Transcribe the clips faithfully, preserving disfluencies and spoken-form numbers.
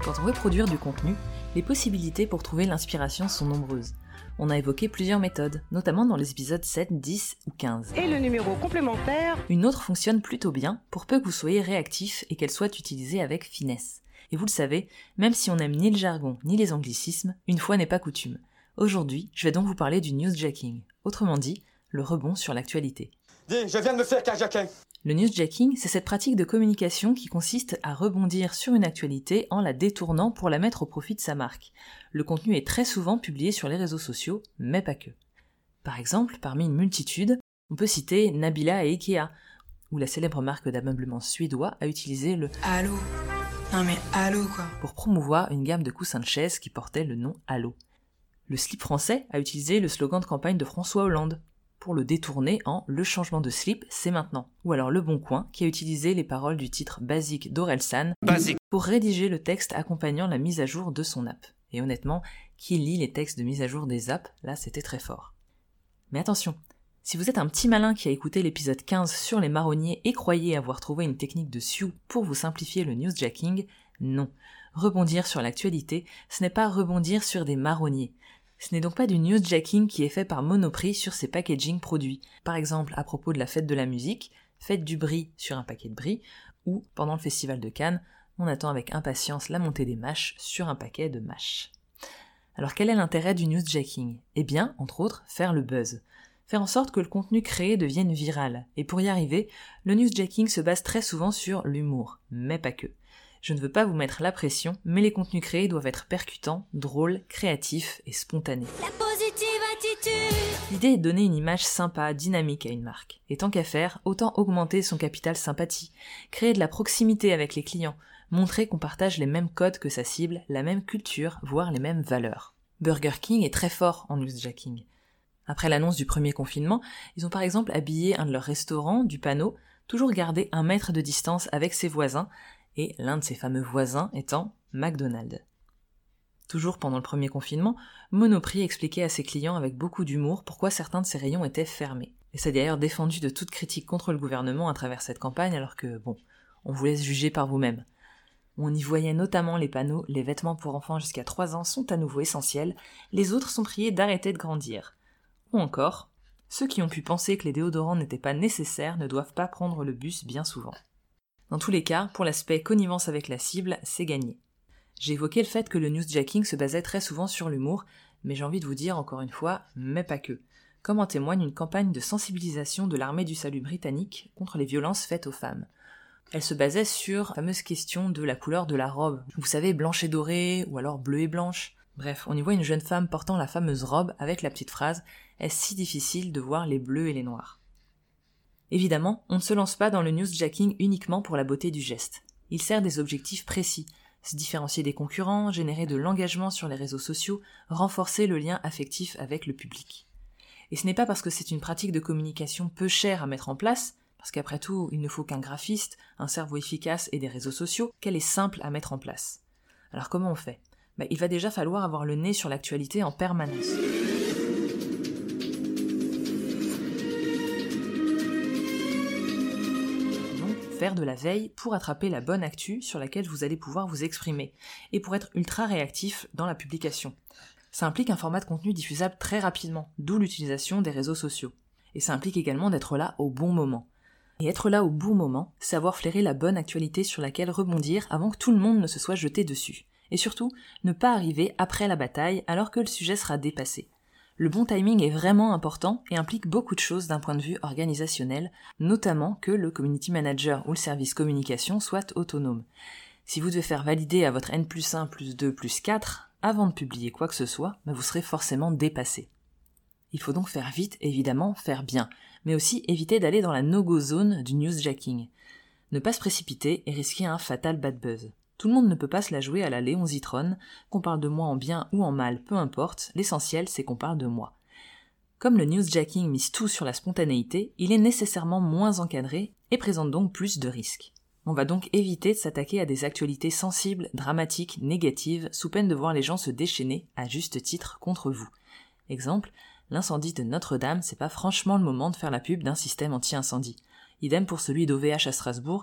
Quand on veut produire du contenu, les possibilités pour trouver l'inspiration sont nombreuses. On a évoqué plusieurs méthodes, notamment dans les épisodes sept, dix ou quinze. Et le numéro complémentaire. Une autre fonctionne plutôt bien, pour peu que vous soyez réactif et qu'elle soit utilisée avec finesse. Et vous le savez, même si on n'aime ni le jargon ni les anglicismes, une fois n'est pas coutume. Aujourd'hui, je vais donc vous parler du newsjacking, autrement dit, le rebond sur l'actualité. Dis, je viens de me faire carjacker. Le newsjacking, c'est cette pratique de communication qui consiste à rebondir sur une actualité en la détournant pour la mettre au profit de sa marque. Le contenu est très souvent publié sur les réseaux sociaux, mais pas que. Par exemple, parmi une multitude, on peut citer Nabila et Ikea, où la célèbre marque d'ameublement suédois a utilisé le « Allô ». Non mais allô quoi. Pour promouvoir une gamme de coussins de chaise qui portait le nom Allô. Le slip français a utilisé le slogan de campagne de François Hollande, pour le détourner en « Le changement de slip, c'est maintenant ». Ou alors Le Bon Coin, qui a utilisé les paroles du titre Basique d'Orelsan pour rédiger le texte accompagnant la mise à jour de son app. Et honnêtement, qui lit les textes de mise à jour des apps, là c'était très fort. Mais attention, si vous êtes un petit malin qui a écouté l'épisode quinze sur les marronniers et croyez avoir trouvé une technique de Sioux pour vous simplifier le newsjacking, non. Rebondir sur l'actualité, ce n'est pas rebondir sur des marronniers. Ce n'est donc pas du newsjacking qui est fait par Monoprix sur ses packaging produits. Par exemple, à propos de la fête de la musique, faites du brie sur un paquet de brie, ou, pendant le festival de Cannes, on attend avec impatience la montée des mâches sur un paquet de mâches. Alors quel est l'intérêt du newsjacking ? Eh bien, entre autres, faire le buzz. Faire en sorte que le contenu créé devienne viral. Et pour y arriver, le newsjacking se base très souvent sur l'humour, mais pas que. Je ne veux pas vous mettre la pression, mais les contenus créés doivent être percutants, drôles, créatifs et spontanés. La positive attitude. L'idée est de donner une image sympa, dynamique à une marque. Et tant qu'à faire, autant augmenter son capital sympathie, créer de la proximité avec les clients, montrer qu'on partage les mêmes codes que sa cible, la même culture, voire les mêmes valeurs. Burger King est très fort en newsjacking. Après l'annonce du premier confinement, ils ont par exemple habillé un de leurs restaurants du panneau « Toujours garder un mètre de distance avec ses voisins » et l'un de ses fameux voisins étant McDonald's. Toujours pendant le premier confinement, Monoprix expliquait à ses clients avec beaucoup d'humour pourquoi certains de ses rayons étaient fermés. Et s'est d'ailleurs défendu de toute critique contre le gouvernement à travers cette campagne alors que, bon, on vous laisse juger par vous-même. On y voyait notamment les panneaux « Les vêtements pour enfants jusqu'à trois ans sont à nouveau essentiels, les autres sont priés d'arrêter de grandir ». Ou encore, ceux qui ont pu penser que les déodorants n'étaient pas nécessaires ne doivent pas prendre le bus bien souvent. Dans tous les cas, pour l'aspect connivence avec la cible, c'est gagné. J'ai évoqué le fait que le newsjacking se basait très souvent sur l'humour, mais j'ai envie de vous dire encore une fois, mais pas que. Comme en témoigne une campagne de sensibilisation de l'armée du salut britannique contre les violences faites aux femmes. Elle se basait sur la fameuse question de la couleur de la robe. Vous savez, blanche et dorée, ou alors bleue et blanche. Bref, on y voit une jeune femme portant la fameuse robe avec la petite phrase « Est-ce si difficile de voir les bleus et les noirs ?» Évidemment, on ne se lance pas dans le newsjacking uniquement pour la beauté du geste. Il sert des objectifs précis, se différencier des concurrents, générer de l'engagement sur les réseaux sociaux, renforcer le lien affectif avec le public. Et ce n'est pas parce que c'est une pratique de communication peu chère à mettre en place, parce qu'après tout, il ne faut qu'un graphiste, un cerveau efficace et des réseaux sociaux, qu'elle est simple à mettre en place. Alors comment on fait ? Bah, il va déjà falloir avoir le nez sur l'actualité en permanence. Faire de la veille pour attraper la bonne actu sur laquelle vous allez pouvoir vous exprimer, et pour être ultra réactif dans la publication. Ça implique un format de contenu diffusable très rapidement, d'où l'utilisation des réseaux sociaux. Et ça implique également d'être là au bon moment. Et être là au bon moment, c'est savoir flairer la bonne actualité sur laquelle rebondir avant que tout le monde ne se soit jeté dessus. Et surtout, ne pas arriver après la bataille alors que le sujet sera dépassé. Le bon timing est vraiment important et implique beaucoup de choses d'un point de vue organisationnel, notamment que le community manager ou le service communication soit autonome. Si vous devez faire valider à votre N plus un, plus deux, plus quatre, avant de publier quoi que ce soit, vous serez forcément dépassé. Il faut donc faire vite, évidemment, faire bien, mais aussi éviter d'aller dans la no-go zone du newsjacking. Ne pas se précipiter et risquer un fatal bad buzz. Tout le monde ne peut pas se la jouer à la Léon Zitron, qu'on parle de moi en bien ou en mal, peu importe, l'essentiel c'est qu'on parle de moi. Comme le newsjacking mise tout sur la spontanéité, il est nécessairement moins encadré et présente donc plus de risques. On va donc éviter de s'attaquer à des actualités sensibles, dramatiques, négatives, sous peine de voir les gens se déchaîner, à juste titre, contre vous. Exemple, l'incendie de Notre-Dame, c'est pas franchement le moment de faire la pub d'un système anti-incendie. Idem pour celui d'O V H à Strasbourg,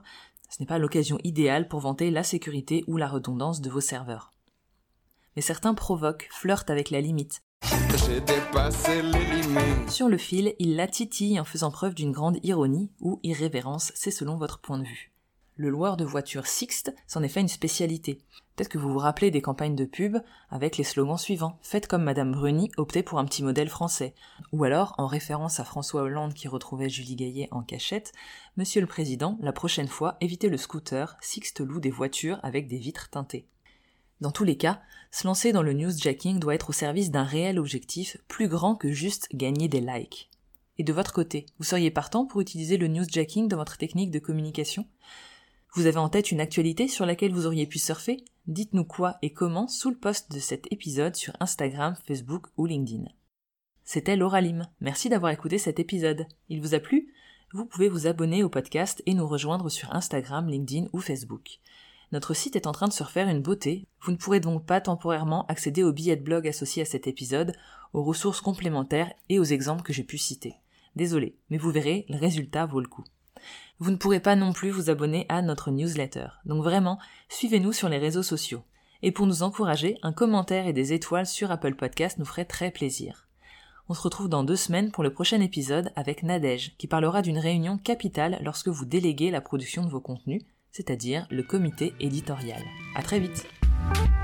Ce n'est pas l'occasion idéale pour vanter la sécurité ou la redondance de vos serveurs. Mais certains provoquent, flirtent avec la limite. J'ai dépassé les limites. Sur le fil, ils la titillent en faisant preuve d'une grande ironie ou irrévérence, c'est selon votre point de vue. Le loueur de voitures Sixt s'en est fait une spécialité. Peut-être que vous vous rappelez des campagnes de pub avec les slogans suivants. Faites comme Madame Bruni, optez pour un petit modèle français. Ou alors, en référence à François Hollande qui retrouvait Julie Gaillet en cachette, Monsieur le Président, la prochaine fois, évitez le scooter, Sixt loue des voitures avec des vitres teintées. Dans tous les cas, se lancer dans le newsjacking doit être au service d'un réel objectif plus grand que juste gagner des likes. Et de votre côté, vous seriez partant pour utiliser le newsjacking dans votre technique de communication ? Vous avez en tête une actualité sur laquelle vous auriez pu surfer ? Dites-nous quoi et comment sous le post de cet épisode sur Instagram, Facebook ou LinkedIn. C'était Laura Lim. Merci d'avoir écouté cet épisode. Il vous a plu ? Vous pouvez vous abonner au podcast et nous rejoindre sur Instagram, LinkedIn ou Facebook. Notre site est en train de se refaire une beauté. Vous ne pourrez donc pas temporairement accéder aux billets de blog associés à cet épisode, aux ressources complémentaires et aux exemples que j'ai pu citer. Désolé, mais vous verrez, le résultat vaut le coup. Vous ne pourrez pas non plus vous abonner à notre newsletter. Donc vraiment, suivez-nous sur les réseaux sociaux. Et pour nous encourager, un commentaire et des étoiles sur Apple Podcast nous ferait très plaisir. On se retrouve dans deux semaines pour le prochain épisode avec Nadège, qui parlera d'une réunion capitale lorsque vous déléguez la production de vos contenus, c'est-à-dire le comité éditorial. À très vite!